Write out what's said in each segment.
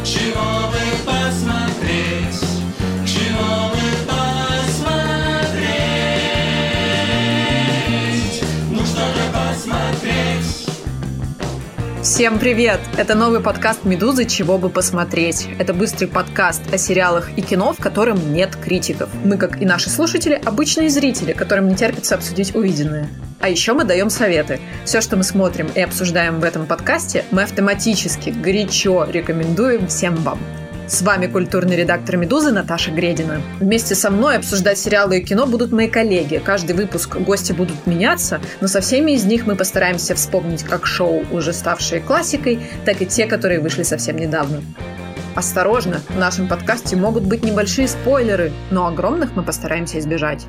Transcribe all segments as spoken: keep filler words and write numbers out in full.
Чего бы посмотреть, чего бы посмотреть, ну что же посмотреть? Всем привет! Это новый подкаст «Медузы. Чего бы посмотреть». Это быстрый подкаст о сериалах и кино, в котором нет критиков. Мы, как и наши слушатели, обычные зрители, которым не терпится обсудить увиденное. А еще мы даем советы. Все, что мы смотрим и обсуждаем в этом подкасте, мы автоматически, горячо рекомендуем всем вам. С вами культурный редактор «Медузы» Наташа Гредина. Вместе со мной обсуждать сериалы и кино будут мои коллеги. Каждый выпуск гости будут меняться, но со всеми из них мы постараемся вспомнить как шоу, уже ставшие классикой, так и те, которые вышли совсем недавно. Осторожно, в нашем подкасте могут быть небольшие спойлеры, но огромных мы постараемся избежать.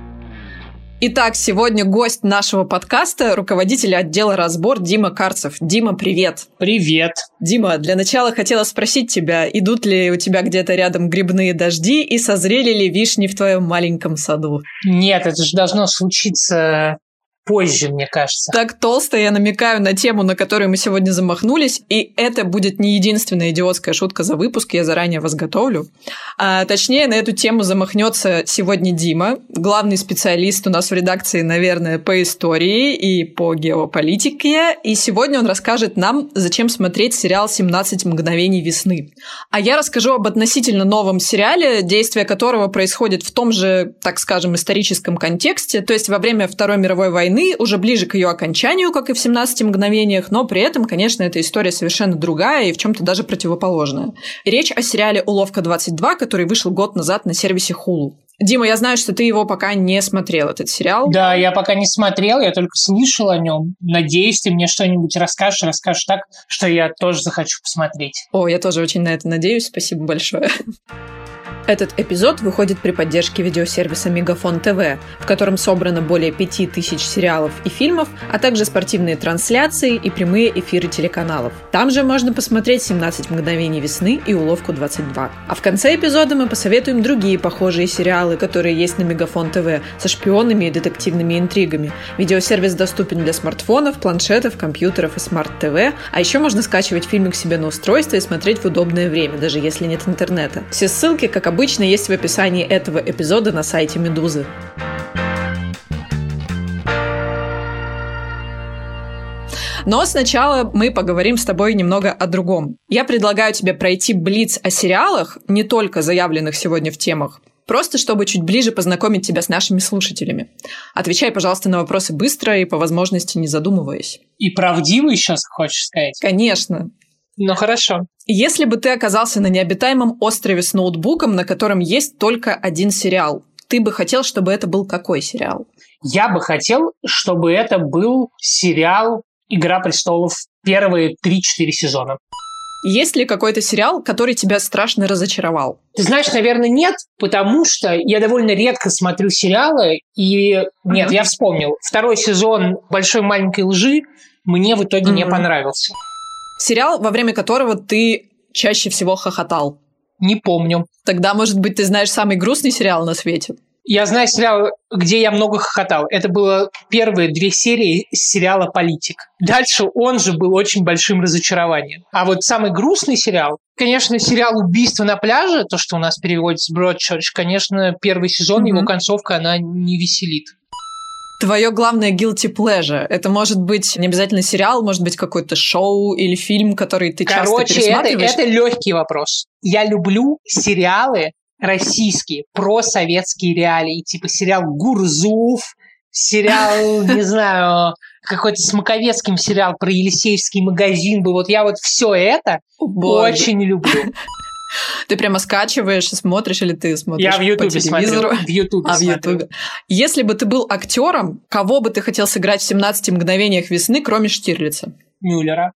Итак, сегодня гость нашего подкаста, руководитель отдела «Разбор» Дима Карцев. Дима, привет! Привет! Дима, для начала хотела спросить тебя, идут ли у тебя где-то рядом грибные дожди и созрели ли вишни в твоем маленьком саду? Нет, это же должно случиться позже, мне кажется. Так толсто я намекаю на тему, на которую мы сегодня замахнулись, и это будет не единственная идиотская шутка за выпуск, я заранее вас готовлю. А, точнее, на эту тему замахнется сегодня Дима, главный специалист у нас в редакции, наверное, по истории и по геополитике, и сегодня он расскажет нам, зачем смотреть сериал «семнадцать мгновений весны». А я расскажу об относительно новом сериале, действие которого происходит в том же, так скажем, историческом контексте, то есть во время Второй мировой войны, уже ближе к ее окончанию, как и в «семнадцати мгновениях», но при этом, конечно, эта история совершенно другая и в чем-то даже противоположная. Речь о сериале «Уловка двадцать два», который вышел год назад на сервисе Hulu. Дима, я знаю, что ты его пока не смотрел, этот сериал. Да, я пока не смотрел, я только слышал о нем. Надеюсь, ты мне что-нибудь расскажешь, расскажешь так, что я тоже захочу посмотреть. О, я тоже очень на это надеюсь, спасибо большое. Этот эпизод выходит при поддержке видеосервиса Мегафон ТВ, в котором собрано более пяти тысяч сериалов и фильмов, а также спортивные трансляции и прямые эфиры телеканалов. Там же можно посмотреть «семнадцать мгновений весны» и «Уловку двадцать два». А в конце эпизода мы посоветуем другие похожие сериалы, которые есть на Мегафон ТВ, со шпионами и детективными интригами. Видеосервис доступен для смартфонов, планшетов, компьютеров и смарт-ТВ, а еще можно скачивать фильмы к себе на устройство и смотреть в удобное время, даже если нет интернета. Все ссылки, как обычно, есть в описании этого эпизода на сайте Медузы. Но сначала мы поговорим с тобой немного о другом. Я предлагаю тебе пройти блиц о сериалах, не только заявленных сегодня в темах, просто чтобы чуть ближе познакомить тебя с нашими слушателями. Отвечай, пожалуйста, на вопросы быстро и по возможности не задумываясь. И правдиво еще хочешь сказать? Конечно. Ну, хорошо. Если бы ты оказался на необитаемом острове с ноутбуком, на котором есть только один сериал, ты бы хотел, чтобы это был какой сериал? Я бы хотел, чтобы это был сериал «Игра престолов» первые три-четыре сезона. Есть ли какой-то сериал, который тебя страшно разочаровал? Ты знаешь, наверное, нет, потому что я довольно редко смотрю сериалы, и нет, mm-hmm. я вспомнил. Второй сезон «Большой маленькой лжи» мне в итоге mm-hmm. не понравился. Сериал, во время которого ты чаще всего хохотал? Не помню. Тогда, может быть, ты знаешь самый грустный сериал на свете? Я знаю сериал, где я много хохотал. Это было первые две серии сериала «Политик». Дальше он же был очень большим разочарованием. А вот самый грустный сериал, конечно, сериал «Убийство на пляже», то, что у нас переводится «Broadchurch», конечно, первый сезон, mm-hmm. его концовка, она не веселит. Твое главное guilty pleasure. Это может быть не обязательно сериал, может быть какое-то шоу или фильм, который ты Короче, часто пересматриваешь. Это, это легкий вопрос. Я люблю сериалы российские, про советские реалии, типа сериал «Гурзуф», сериал, не знаю, какой-то с Маковецким сериал про Елисеевский магазин был. Вот я вот все это очень люблю. Ты прямо скачиваешь и смотришь, или ты смотришь Я в Ютубе по телевизору? Смотрю, в Ютубе а, в Ютубе. Если бы ты был актером, кого бы ты хотел сыграть в «семнадцати мгновениях весны», кроме Штирлица? Мюллера.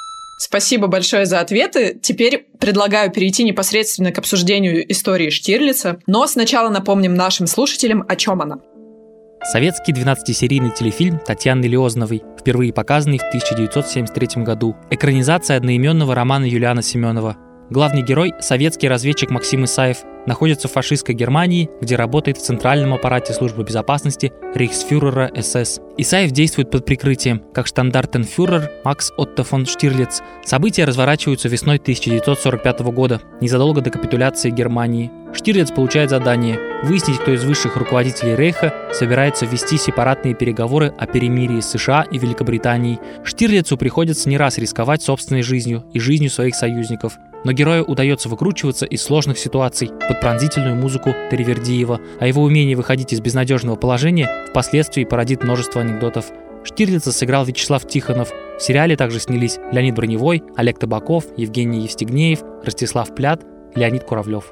Спасибо большое за ответы. Теперь предлагаю перейти непосредственно к обсуждению истории Штирлица. Но сначала напомним нашим слушателям, о чем она. Советский двенадцатисерийный телефильм Татьяны Лиозновой, впервые показанный в тысяча девятьсот семьдесят третьем году. Экранизация одноименного романа Юлиана Семенова. Главный герой – советский разведчик Максим Исаев, находится в фашистской Германии, где работает в центральном аппарате службы безопасности рейхсфюрера эс эс. Исаев действует под прикрытием как штандартенфюрер Макс Отто фон Штирлиц. События разворачиваются весной тысяча девятьсот сорок пятого года, незадолго до капитуляции Германии. Штирлиц получает задание выяснить, кто из высших руководителей Рейха собирается вести сепаратные переговоры о перемирии с США и Великобританией. Штирлицу приходится не раз рисковать собственной жизнью и жизнью своих союзников. Но герою удается выкручиваться из сложных ситуаций под пронзительную музыку Таривердиева, а его умение выходить из безнадежного положения впоследствии породит множество анекдотов. Штирлица сыграл Вячеслав Тихонов. В сериале также снялись Леонид Броневой, Олег Табаков, Евгений Евстигнеев, Ростислав Плят, Леонид Куравлев.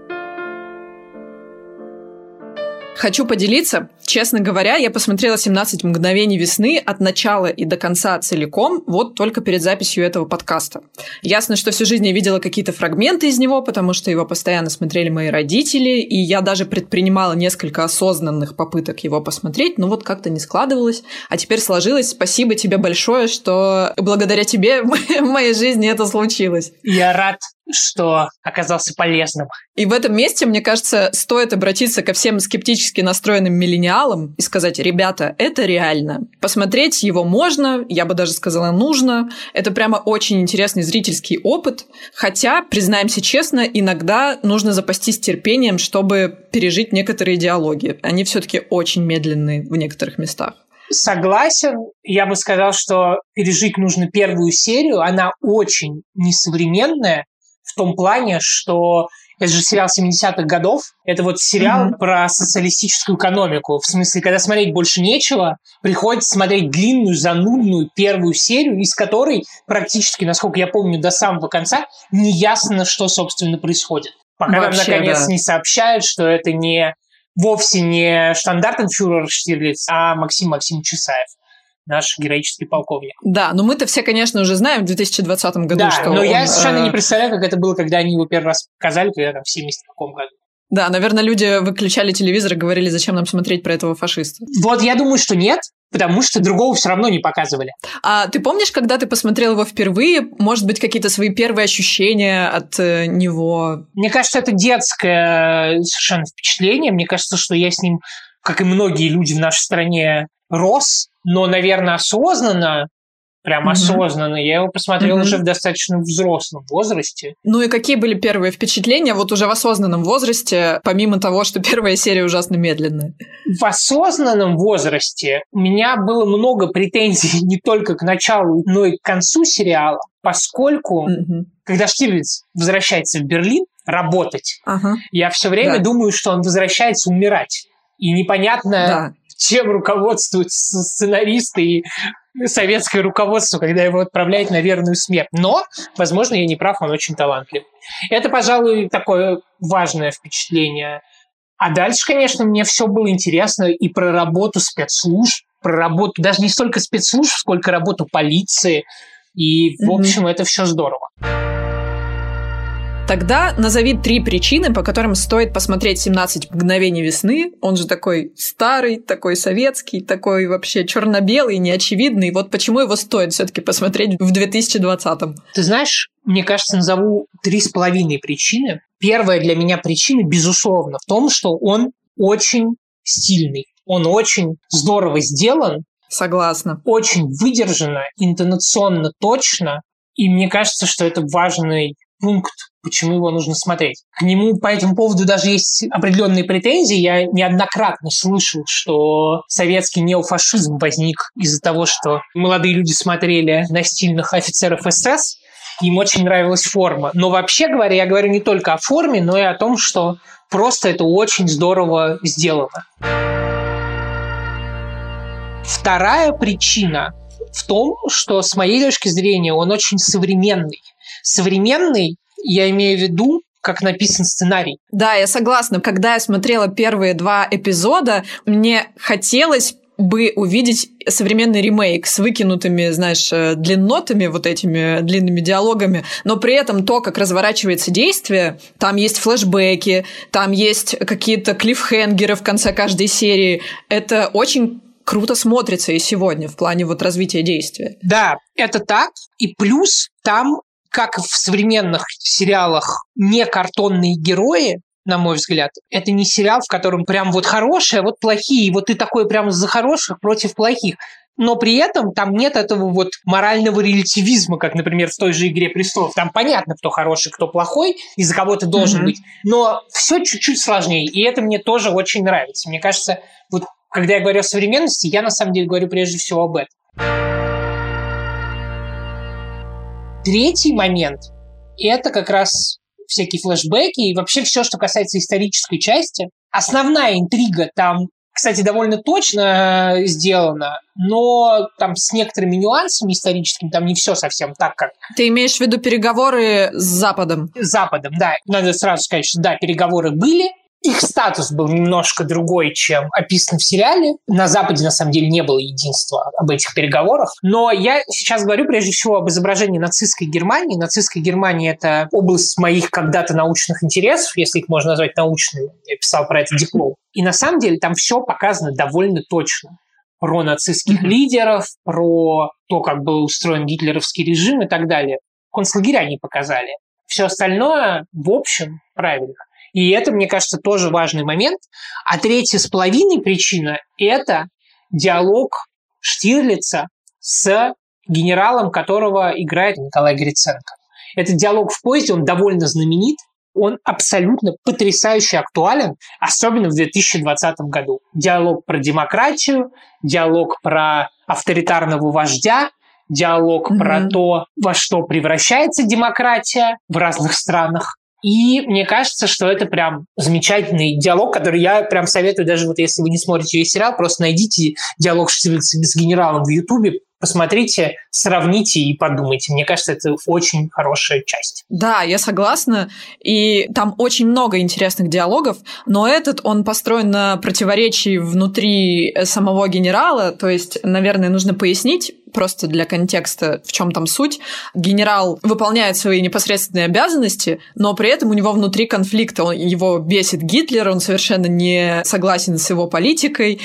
Хочу поделиться. Честно говоря, я посмотрела «семнадцать мгновений весны» от начала и до конца целиком, вот только перед записью этого подкаста. Ясно, что всю жизнь я видела какие-то фрагменты из него, потому что его постоянно смотрели мои родители, и я даже предпринимала несколько осознанных попыток его посмотреть, но вот как-то не складывалось. А теперь сложилось. Спасибо тебе большое, что благодаря тебе в моей жизни это случилось. Я рад, что оказался полезным. И в этом месте, мне кажется, стоит обратиться ко всем скептически настроенным миллениалам и сказать: ребята, это реально. Посмотреть его можно, я бы даже сказала, нужно. Это прямо очень интересный зрительский опыт. Хотя, признаемся честно, иногда нужно запастись терпением, чтобы пережить некоторые диалоги. Они все-таки очень медленные в некоторых местах. Согласен. Я бы сказал, что пережить нужно первую серию. Она очень несовременная, в том плане, что это же сериал семидесятых годов. Это вот сериал mm-hmm. про социалистическую экономику. В смысле, когда смотреть больше нечего, приходится смотреть длинную, занудную первую серию, из которой практически, насколько я помню, до самого конца неясно, что, собственно, происходит. Пока Вообще, нам, наконец, да. не сообщают, что это не вовсе не штандартенфюрер Штирлиц, а Максим Максимович Исаев, наш героический полковник. Да, но мы-то все, конечно, уже знаем в две тысячи двадцатом году, да, что но он, я совершенно э... не представляю, как это было, когда они его первый раз показали, когда там в семидесятом каком году. Да, наверное, люди выключали телевизор и говорили, зачем нам смотреть про этого фашиста. Вот я думаю, что нет, потому что другого все равно не показывали. А ты помнишь, когда ты посмотрел его впервые, может быть, какие-то свои первые ощущения от э, него? Мне кажется, это детское совершенно впечатление. Мне кажется, что я с ним, как и многие люди в нашей стране, рос, но, наверное, осознанно, прям mm-hmm. осознанно, я его посмотрел mm-hmm. уже в достаточно взрослом возрасте. Ну и какие были первые впечатления вот уже в осознанном возрасте, помимо того, что первая серия ужасно медленная? В осознанном возрасте у меня было много претензий не только к началу, но и к концу сериала, поскольку, mm-hmm. когда Штирлиц возвращается в Берлин работать, uh-huh. я все время да. думаю, что он возвращается умирать. И непонятно... Да. чем руководствуются сценаристы и советское руководство, когда его отправляют на верную смерть. Но, возможно, я не прав, он очень талантлив. Это, пожалуй, такое важное впечатление. А дальше, конечно, мне все было интересно и про работу спецслужб, про работу даже не столько спецслужб, сколько работу полиции. И, в mm-hmm. общем, это все здорово. Тогда назови три причины, по которым стоит посмотреть «семнадцать мгновений весны». Он же такой старый, такой советский, такой вообще черно-белый, неочевидный. Вот почему его стоит все-таки посмотреть в две тысячи двадцатом? Ты знаешь, мне кажется, назову три с половиной причины. Первая для меня причина, безусловно, в том, что он очень стильный. Он очень здорово сделан. Согласна. Очень выдержанно, интонационно точно. И мне кажется, что это важный пункт, почему его нужно смотреть. К нему по этому поводу даже есть определенные претензии. Я неоднократно слышал, что советский неофашизм возник из-за того, что молодые люди смотрели на стильных офицеров эс эс, им очень нравилась форма. Но вообще говоря, я говорю не только о форме, но и о том, что просто это очень здорово сделано. Вторая причина в том, что с моей точки зрения он очень современный. Современный, я имею в виду, как написан сценарий. Да, я согласна. Когда я смотрела первые два эпизода, мне хотелось бы увидеть современный ремейк с выкинутыми, знаешь, длиннотами, вот этими длинными диалогами, но при этом то, как разворачивается действие, там есть флешбеки, там есть какие-то клиффхенгеры в конце каждой серии. Это очень круто смотрится и сегодня в плане вот развития действия. Да, это так. И плюс там, как в современных сериалах, не картонные герои, на мой взгляд. Это не сериал, в котором прям вот хорошие, а вот плохие, и вот ты такой прям за хороших против плохих. Но при этом там нет этого вот морального релятивизма, как, например, в той же «Игре престолов». Там понятно, кто хороший, кто плохой, и за кого ты должен mm-hmm. быть. Но все чуть-чуть сложнее, и это мне тоже очень нравится. Мне кажется, вот когда я говорю о современности, я на самом деле говорю прежде всего об этом. Третий момент – это как раз всякие флешбеки и вообще все, что касается исторической части. Основная интрига там, кстати, довольно точно сделана, но там с некоторыми нюансами историческими, там не все совсем так, как... Ты имеешь в виду переговоры с Западом? С Западом, да. Надо сразу сказать, что да, переговоры были. Их статус был немножко другой, чем описан в сериале. На Западе, на самом деле, не было единства об этих переговорах. Но я сейчас говорю прежде всего об изображении нацистской Германии. Нацистская Германия – это область моих когда-то научных интересов, если их можно назвать научными. Я писал про это диплом. И на самом деле там все показано довольно точно. Про нацистских mm-hmm. лидеров, про то, как был устроен гитлеровский режим и так далее. Концлагеря не показали. Все остальное, в общем, правильно. И это, мне кажется, тоже важный момент. А третья с половиной причина – это диалог Штирлица с генералом, которого играет Николай Гриценко. Этот диалог в поезде, он довольно знаменит, он абсолютно потрясающе актуален, особенно в две тысячи двадцатом году. Диалог про демократию, диалог про авторитарного вождя, диалог mm-hmm. про то, во что превращается демократия в разных странах. И мне кажется, что это прям замечательный диалог, который я прям советую, даже вот если вы не смотрите весь сериал, просто найдите диалог Штирлица с генералом в Ютубе, посмотрите, сравните и подумайте. Мне кажется, это очень хорошая часть. Да, я согласна. И там очень много интересных диалогов, но этот, он построен на противоречии внутри самого генерала. То есть, наверное, нужно пояснить, просто для контекста, в чем там суть. Генерал выполняет свои непосредственные обязанности, но при этом у него внутри конфликта. Он, его бесит Гитлер, он совершенно не согласен с его политикой.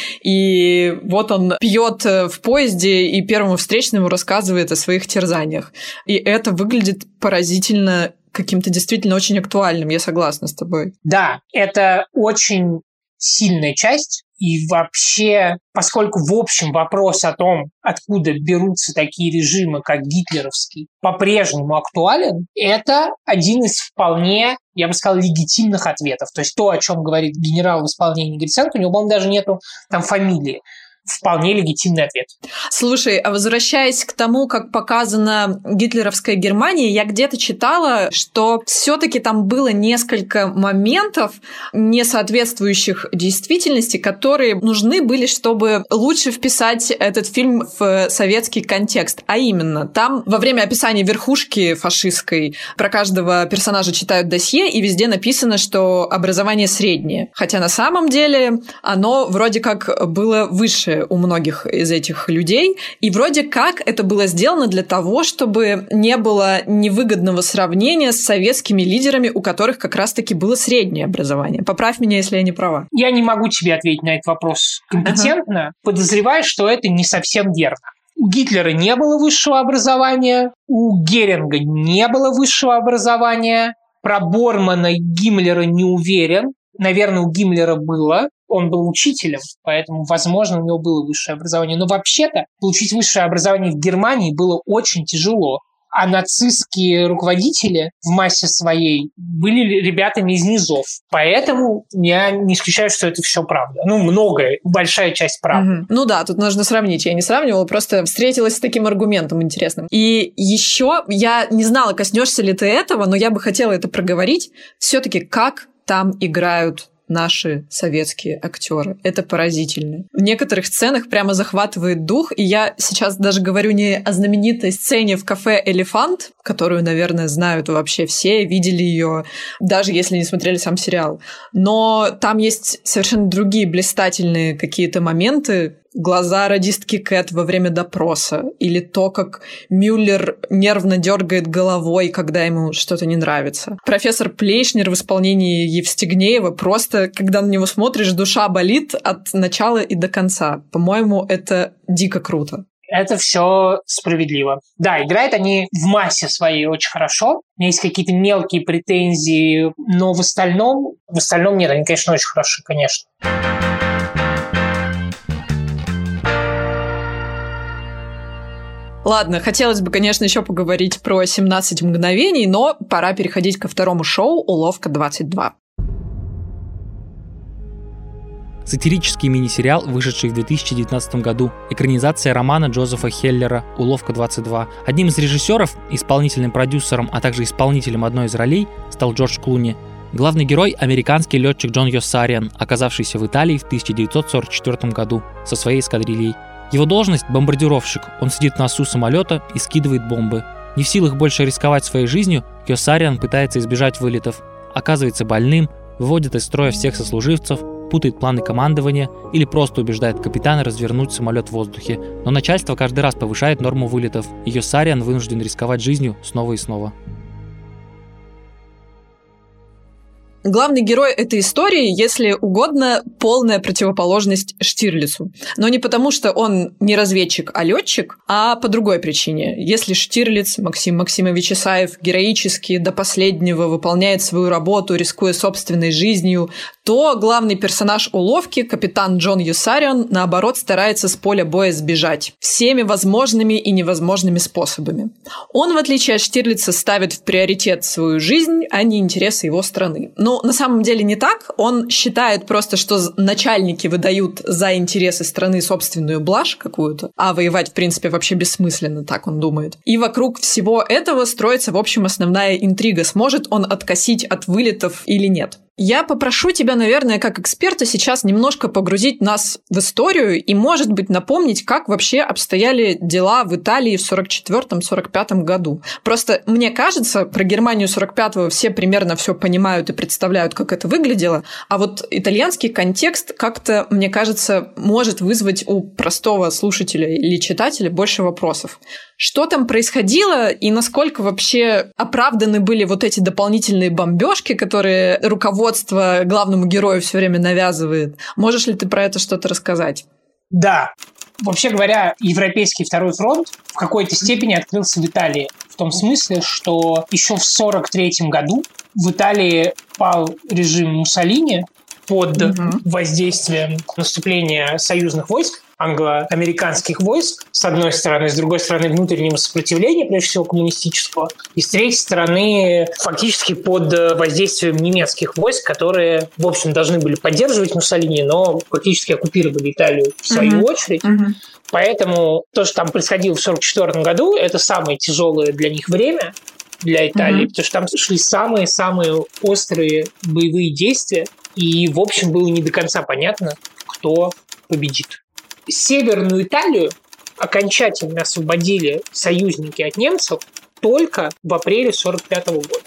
И вот он пьет в поезде и первому встречному рассказывает о своих терзаниях. И это выглядит поразительно каким-то действительно очень актуальным. Я согласна с тобой. Да, это очень сильная часть. И вообще, поскольку в общем вопрос о том, откуда берутся такие режимы, как гитлеровский, по-прежнему актуален, это один из вполне, я бы сказал, легитимных ответов. То есть то, о чем говорит генерал в исполнении Гриценко, у него, по-моему, даже нету там фамилии. Вполне легитимный ответ. Слушай, а возвращаясь к тому, как показана гитлеровская Германия, я где-то читала, что все-таки там было несколько моментов, не соответствующих действительности, которые нужны были, чтобы лучше вписать этот фильм в советский контекст. А именно, там во время описания верхушки фашистской про каждого персонажа читают досье, и везде написано, что образование среднее. Хотя на самом деле оно вроде как было выше у многих из этих людей. И вроде как это было сделано для того, чтобы не было невыгодного сравнения с советскими лидерами, у которых как раз-таки было среднее образование. Поправь меня, если я не права. Я не могу тебе ответить на этот вопрос компетентно. Ага. Подозреваю, что это не совсем верно. У Гитлера не было высшего образования, у Геринга не было высшего образования, про Бормана и Гиммлера не уверен. Наверное, у Гиммлера было. Он был учителем, поэтому, возможно, у него было высшее образование. Но вообще-то получить высшее образование в Германии было очень тяжело. А нацистские руководители в массе своей были ребятами из низов. Поэтому я не исключаю, что это все правда. Ну, многое, большая часть правды. Угу. Ну да, тут нужно сравнить. Я не сравнивала, просто встретилась с таким аргументом интересным. И еще я не знала, коснешься ли ты этого, но я бы хотела это проговорить. Все-таки как там играют наши советские актеры. Это поразительно. В некоторых сценах прямо захватывает дух, и я сейчас даже говорю не о знаменитой сцене в кафе «Элефант», которую, наверное, знают вообще все, видели ее, даже если не смотрели сам сериал. Но там есть совершенно другие блистательные какие-то моменты, глаза радистки Кэт во время допроса, или то, как Мюллер нервно дергает головой, когда ему что-то не нравится. Профессор Плейшнер в исполнении Евстигнеева просто, когда на него смотришь, душа болит от начала и до конца. По-моему, это дико круто. Это все справедливо. Да, играют они в массе своей очень хорошо. У меня есть какие-то мелкие претензии, но в остальном, в остальном нет, они, конечно, очень хороши, конечно. Ладно, хотелось бы, конечно, еще поговорить про семнадцать мгновений, но пора переходить ко второму шоу «Уловка двадцать два». Сатирический мини-сериал, вышедший в две тысячи девятнадцатом году, экранизация романа Джозефа Хеллера «Уловка двадцать два». Одним из режиссеров, исполнительным продюсером, а также исполнителем одной из ролей стал Джордж Клуни. Главный герой – американский летчик Джон Йосариан, оказавшийся в Италии в тысяча девятьсот сорок четвёртом году со своей эскадрильей. Его должность – бомбардировщик, он сидит на носу самолета и скидывает бомбы. Не в силах больше рисковать своей жизнью, Йосариан пытается избежать вылетов, оказывается больным, выводит из строя всех сослуживцев, путает планы командования или просто убеждает капитана развернуть самолет в воздухе. Но начальство каждый раз повышает норму вылетов, и Йосариан вынужден рисковать жизнью снова и снова. Главный герой этой истории, если угодно, полная противоположность Штирлицу. Но не потому, что он не разведчик, а летчик, а по другой причине. Если Штирлиц, Максим Максимович Исаев, героически до последнего выполняет свою работу, рискуя собственной жизнью, то главный персонаж «Уловки», капитан Джон Йосариан, наоборот, старается с поля боя сбежать всеми возможными и невозможными способами. Он, в отличие от Штирлица, ставит в приоритет свою жизнь, а не интересы его страны. Но на самом деле не так. Он считает просто, что начальники выдают за интересы страны собственную блажь какую-то, а воевать, в принципе, вообще бессмысленно, так он думает. И вокруг всего этого строится, в общем, основная интрига. Сможет он откосить от вылетов или нет? Я попрошу тебя, наверное, как эксперта сейчас немножко погрузить нас в историю и, может быть, напомнить, как вообще обстояли дела в Италии в сорок четвёртом — сорок пятом году. Просто мне кажется, про Германию сорок пятого все примерно все понимают и представляют, как это выглядело, а вот итальянский контекст как-то, мне кажется, может вызвать у простого слушателя или читателя больше вопросов. Что там происходило и насколько вообще оправданы были вот эти дополнительные бомбежки, которые руководство главному герою все время навязывает? Можешь ли ты про это что-то рассказать? Да. Вообще говоря, Европейский второй фронт в какой-то степени открылся в Италии. В том смысле, что еще в сорок третьем году в Италии пал режим Муссолини под угу. воздействием наступления союзных войск, англо-американских войск, с одной стороны, с другой стороны, внутреннего сопротивления, прежде всего коммунистического, и с третьей стороны, фактически под воздействием немецких войск, которые, в общем, должны были поддерживать Муссолини, но фактически оккупировали Италию в свою mm-hmm. очередь. Mm-hmm. Поэтому то, что там происходило в сорок четвёртом году, это самое тяжелое для них время, для Италии, mm-hmm. потому что там шли самые-самые острые боевые действия, и, в общем, было не до конца понятно, кто победит. Северную Италию окончательно освободили союзники от немцев только в апреле сорок пятого года.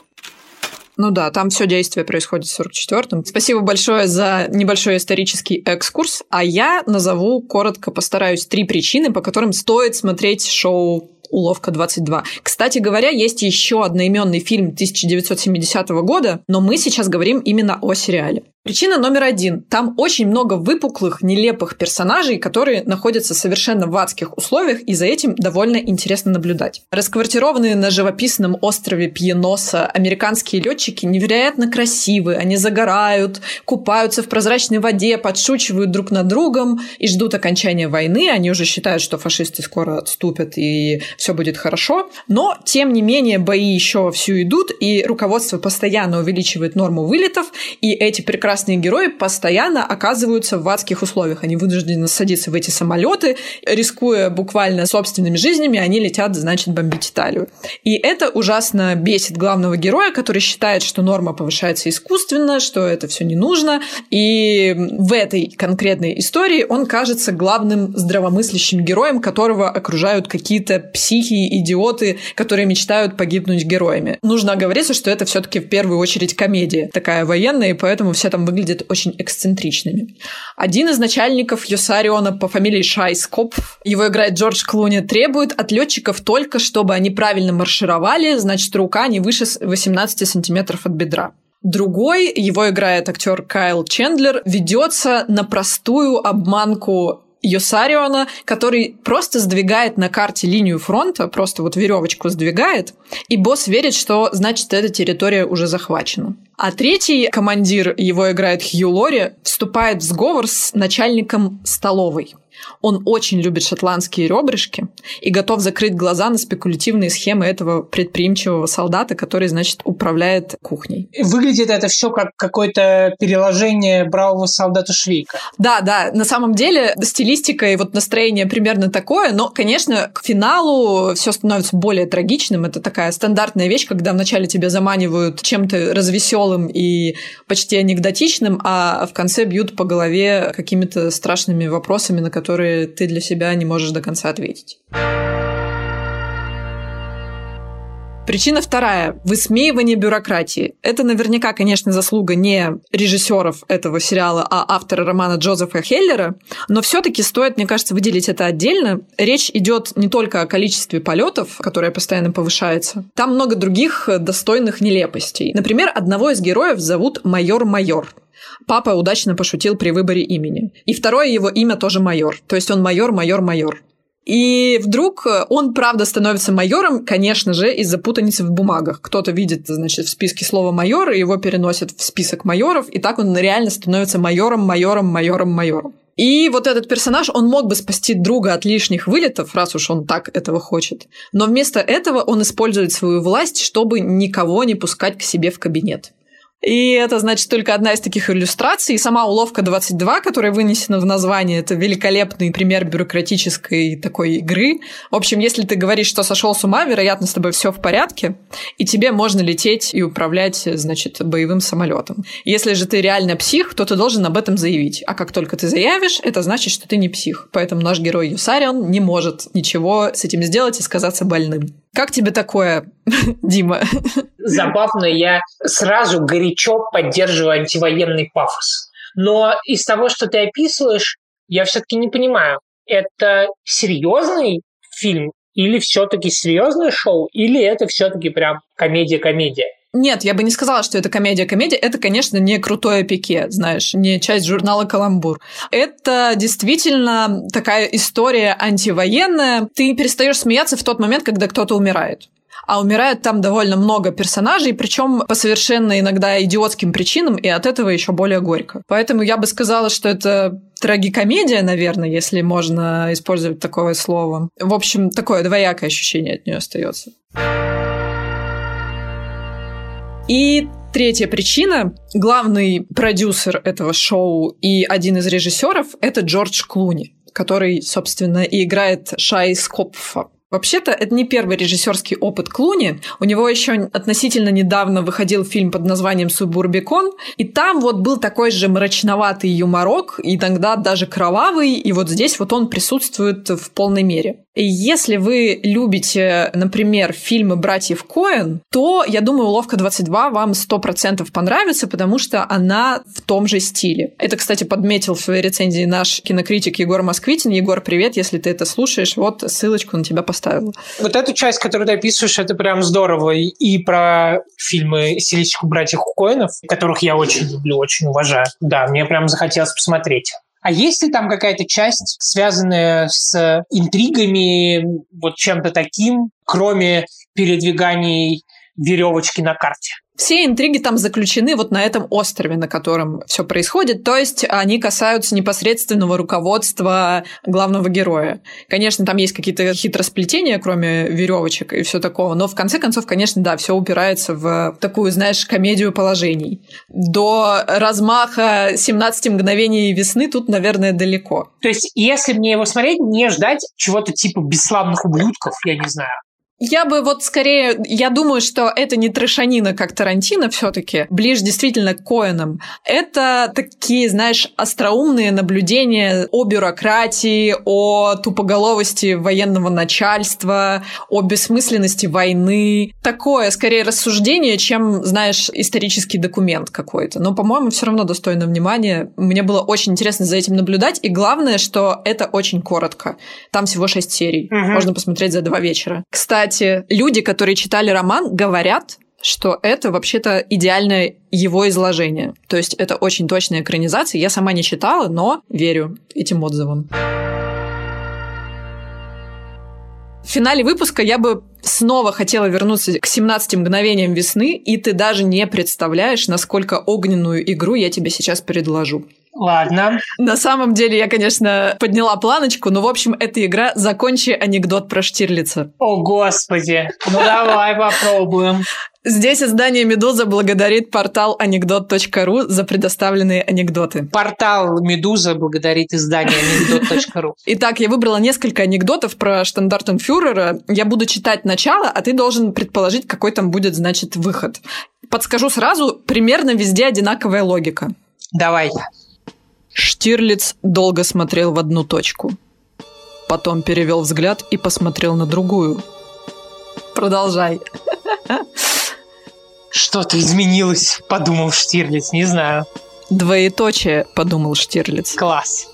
Ну да, там все действие происходит в сорок четвёртом. Спасибо большое за небольшой исторический экскурс, а я назову коротко, постараюсь, три причины, по которым стоит смотреть шоу «Уловка двадцать два». Кстати говоря, есть еще одноименный фильм тысяча девятьсот семидесятого года, но мы сейчас говорим именно о сериале. Причина номер один. Там очень много выпуклых, нелепых персонажей, которые находятся совершенно в адских условиях, и за этим довольно интересно наблюдать. Расквартированные на живописном острове Пьеноса американские летчики невероятно красивы. Они загорают, купаются в прозрачной воде, подшучивают друг над другом и ждут окончания войны. Они уже считают, что фашисты скоро отступят и все будет хорошо. Но, тем не менее, бои еще вовсю идут, и руководство постоянно увеличивает норму вылетов, и эти прекрасные Красные герои постоянно оказываются в адских условиях. Они вынуждены садиться в эти самолеты, рискуя буквально собственными жизнями, они летят, значит, бомбить Италию. И это ужасно бесит главного героя, который считает, что норма повышается искусственно, что это все не нужно. И в этой конкретной истории он кажется главным здравомыслящим героем, которого окружают какие-то психи, идиоты, которые мечтают погибнуть героями. Нужно оговориться, что это все-таки в первую очередь комедия такая военная, и поэтому все там выглядят очень эксцентричными. Один из начальников Йосариона по фамилии Шайскопф, его играет Джордж Клуни, требует от летчиков только, чтобы они правильно маршировали, значит, рука не выше восемнадцати сантиметров от бедра. Другой, его играет актер Кайл Чендлер, ведется на простую обманку Йосариона, который просто сдвигает на карте линию фронта, просто вот веревочку сдвигает, и босс верит, что, значит, эта территория уже захвачена. А третий командир, его играет Хью Лори, вступает в сговор с начальником столовой. Он очень любит шотландские ребрышки и готов закрыть глаза на спекулятивные схемы этого предприимчивого солдата, который, значит, управляет кухней. Выглядит это все как какое-то переложение «Бравого солдата Швейка». Да, да, на самом деле стилистика и вот настроение примерно такое, но, конечно, к финалу все становится более трагичным. Это такая стандартная вещь, когда вначале тебя заманивают чем-то развеселым и почти анекдотичным, а в конце бьют по голове какими-то страшными вопросами, на которые которые ты для себя не можешь до конца ответить. Причина вторая – высмеивание бюрократии. Это наверняка, конечно, заслуга не режиссеров этого сериала, а автора романа Джозефа Хеллера, но все-таки стоит, мне кажется, выделить это отдельно. Речь идет не только о количестве полетов, которое постоянно повышается. Там много других достойных нелепостей. Например, одного из героев зовут майор-майор. Папа удачно пошутил при выборе имени. И второе его имя тоже майор. То есть он майор, майор, майор. И вдруг он, правда, становится майором, конечно же, из-за путаницы в бумагах. Кто-то видит, значит, в списке слово «майор», и его переносят в список майоров, и так он реально становится майором, майором, майором, майором. И вот этот персонаж, он мог бы спасти друга от лишних вылетов, раз уж он так этого хочет. Но вместо этого он использует свою власть, чтобы никого не пускать к себе в кабинет. И это, значит, только одна из таких иллюстраций. И сама уловка двадцать два, которая вынесена в название, это великолепный пример бюрократической такой игры. В общем, если ты говоришь, что сошел с ума, вероятно, с тобой все в порядке, и тебе можно лететь и управлять, значит, боевым самолетом. Если же ты реально псих, то ты должен об этом заявить. А как только ты заявишь, это значит, что ты не псих. Поэтому наш герой Йосарион не может ничего с этим сделать и сказаться больным. Как тебе такое, Дима? Забавно, я сразу горячо поддерживаю антивоенный пафос. Но из того, что ты описываешь, я все-таки не понимаю, это серьезный фильм или все-таки серьезное шоу, или это все-таки прям комедия-комедия? Нет, я бы не сказала, что это комедия-комедия. Это, конечно, не крутое пике, знаешь, не часть журнала «Каламбур». Это действительно такая история антивоенная. Ты перестаешь смеяться в тот момент, когда кто-то умирает. А умирает там довольно много персонажей, причем по совершенно иногда идиотским причинам, и от этого еще более горько. Поэтому я бы сказала, что это трагикомедия, наверное, если можно использовать такое слово. В общем, такое двоякое ощущение от нее остается. И третья причина. Главный продюсер этого шоу и один из режиссеров – это Джордж Клуни, который, собственно, и играет Шайа Скопфа. Вообще-то, это не первый режиссерский опыт Клуни. У него еще относительно недавно выходил фильм под названием «Субурбикон», и там вот был такой же мрачноватый юморок, и иногда даже кровавый, и вот здесь вот он присутствует в полной мере. И если вы любите, например, фильмы братьев Коэн, то, я думаю, «Уловка двадцать два» вам сто процентов понравится, потому что она в том же стиле. Это, кстати, подметил в своей рецензии наш кинокритик Егор Москвитин. Егор, привет, если ты это слушаешь, вот ссылочку на тебя поставил. Вот эту часть, которую ты описываешь, это прям здорово. И про фильмы стилистику братьев Коэнов, которых я очень люблю, очень уважаю. Да, мне прям захотелось посмотреть. А есть ли там какая-то часть, связанная с интригами, вот чем-то таким, кроме передвиганий веревочки на карте? Все интриги там заключены вот на этом острове, на котором все происходит, то есть они касаются непосредственного руководства главного героя. Конечно, там есть какие-то хитросплетения, кроме веревочек и все такого, но в конце концов, конечно, да, все упирается в такую, знаешь, комедию положений. До размаха семнадцати мгновений весны тут, наверное, далеко. То есть, если мне его смотреть, не ждать чего-то типа бесславных ублюдков, я не знаю. Я бы вот скорее, я думаю, что это не трэшанина, как Тарантино все-таки, ближе действительно к Коэнам. Это такие, знаешь, остроумные наблюдения о бюрократии, о тупоголовости военного начальства, о бессмысленности войны. Такое, скорее, рассуждение, чем, знаешь, исторический документ какой-то. Но, по-моему, все равно достойно внимания. Мне было очень интересно за этим наблюдать. И главное, что это очень коротко. Там всего шесть серий. Угу. Можно посмотреть за два вечера. Кстати, люди, которые читали роман, говорят, что это вообще-то идеальное его изложение. То есть это очень точная экранизация. Я сама не читала, но верю этим отзывам. В финале выпуска я бы снова хотела вернуться к семнадцати мгновениям весны, и ты даже не представляешь, насколько огненную игру я тебе сейчас предложу. Ладно. На самом деле я, конечно, подняла планочку, но, в общем, эта игра «Закончи анекдот про Штирлица». О, Господи. Ну, давай попробуем. Здесь издание «Медуза» благодарит портал анекдот точка ру за предоставленные анекдоты. Портал «Медуза» благодарит издание анекдот точка ру. Итак, я выбрала несколько анекдотов про штандартенфюрера. Я буду читать начало, а ты должен предположить, какой там будет, значит, выход. Подскажу сразу, примерно везде одинаковая логика. Давай. Штирлиц долго смотрел в одну точку. Потом перевел взгляд и посмотрел на другую. Продолжай. Что-то изменилось, подумал Штирлиц, не знаю. Двоеточие, подумал Штирлиц. Класс.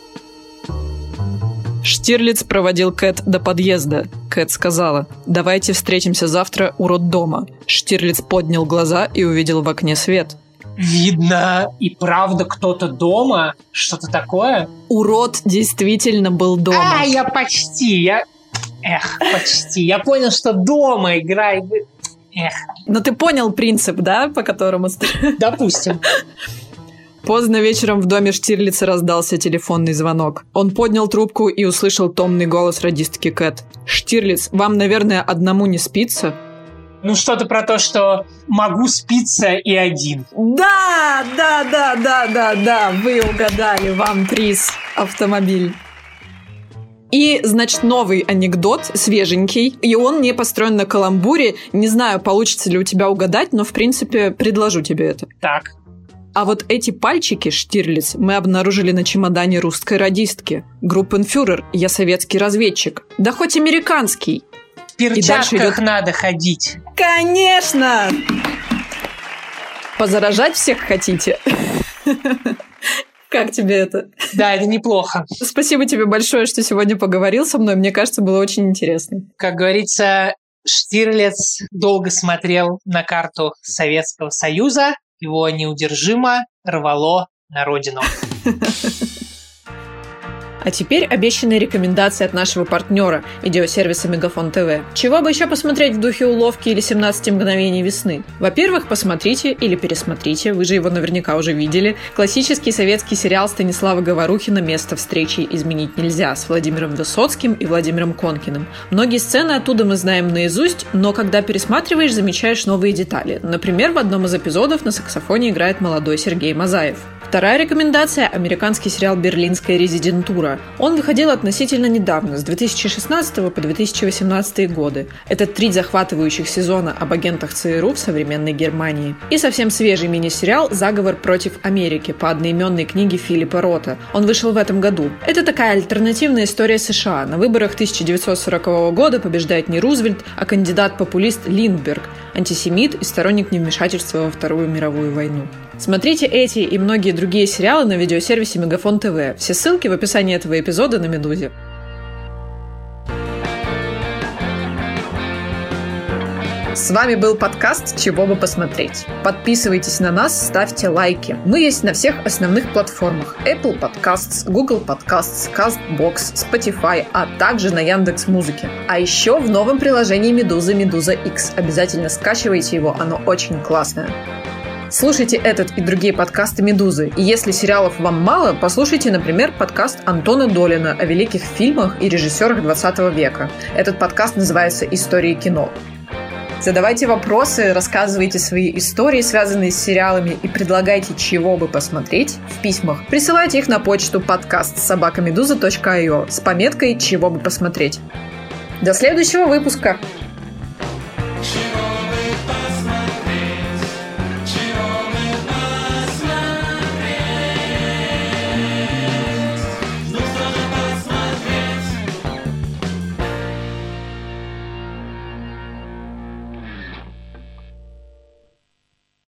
Штирлиц проводил Кэт до подъезда. Кэт сказала: «Давайте встретимся завтра у роддома». Штирлиц поднял глаза и увидел в окне свет. Видно, и правда кто-то дома? Что-то такое? Урод действительно был дома. А, я почти, я... Эх, почти. Я понял, что дома играет... Эх. Но ты понял принцип, да, по которому... Допустим. Поздно вечером в доме Штирлица раздался телефонный звонок. Он поднял трубку и услышал томный голос радистки Кэт. «Штирлиц, вам, наверное, одному не спится?» Ну, что-то про то, что могу спиться и один. Да, да, да, да, да, да, вы угадали, вам приз автомобиль. И, значит, новый анекдот, свеженький, и он не построен на каламбуре. Не знаю, получится ли у тебя угадать, но, в принципе, предложу тебе это. Так. А вот эти пальчики, Штирлиц, мы обнаружили на чемодане русской радистки. Группенфюрер, я советский разведчик. Да хоть американский. В перчатках идет... надо ходить. Конечно! Позаражать всех хотите? Как тебе это? Да, это неплохо. Спасибо тебе большое, что сегодня поговорил со мной. Мне кажется, было очень интересно. Как говорится, Штирлиц долго смотрел на карту Советского Союза. Его неудержимо рвало на родину. А теперь обещанные рекомендации от нашего партнера, видеосервиса Мегафон ТВ. Чего бы еще посмотреть в духе уловки или семнадцати мгновений весны? Во-первых, посмотрите или пересмотрите, вы же его наверняка уже видели, классический советский сериал Станислава Говорухина «Место встречи изменить нельзя» с Владимиром Высоцким и Владимиром Конкиным. Многие сцены оттуда мы знаем наизусть, но когда пересматриваешь, замечаешь новые детали. Например, в одном из эпизодов на саксофоне играет молодой Сергей Мазаев. Вторая рекомендация – американский сериал «Берлинская резидентура». Он выходил относительно недавно, с две тысячи шестнадцатого по две тысячи восемнадцатый годы. Это три захватывающих сезона об агентах ЦРУ в современной Германии. И совсем свежий мини-сериал «Заговор против Америки» по одноименной книге Филиппа Рота. Он вышел в этом году. Это такая альтернативная история США. На выборах тысяча девятьсот сорокового года побеждает не Рузвельт, а кандидат-популист Линдберг, антисемит и сторонник невмешательства во Вторую мировую войну. Смотрите эти и многие другие сериалы на видеосервисе Мегафон ТВ. Все ссылки в описании этого эпизода на Медузе. С вами был подкаст «Чего бы посмотреть». Подписывайтесь на нас, ставьте лайки. Мы есть на всех основных платформах: Apple Podcasts, Google Podcasts, CastBox, Spotify, а также на Яндекс.Музыке. А еще в новом приложении Медузы Медуза X. Обязательно скачивайте его, оно очень классное. Слушайте этот и другие подкасты «Медузы». И если сериалов вам мало, послушайте, например, подкаст Антона Долина о великих фильмах и режиссерах двадцатого века. Этот подкаст называется «Истории кино». Задавайте вопросы, рассказывайте свои истории, связанные с сериалами, и предлагайте, чего бы посмотреть в письмах. Присылайте их на почту подкаст собака медуза точка ай о с пометкой «Чего бы посмотреть». До следующего выпуска!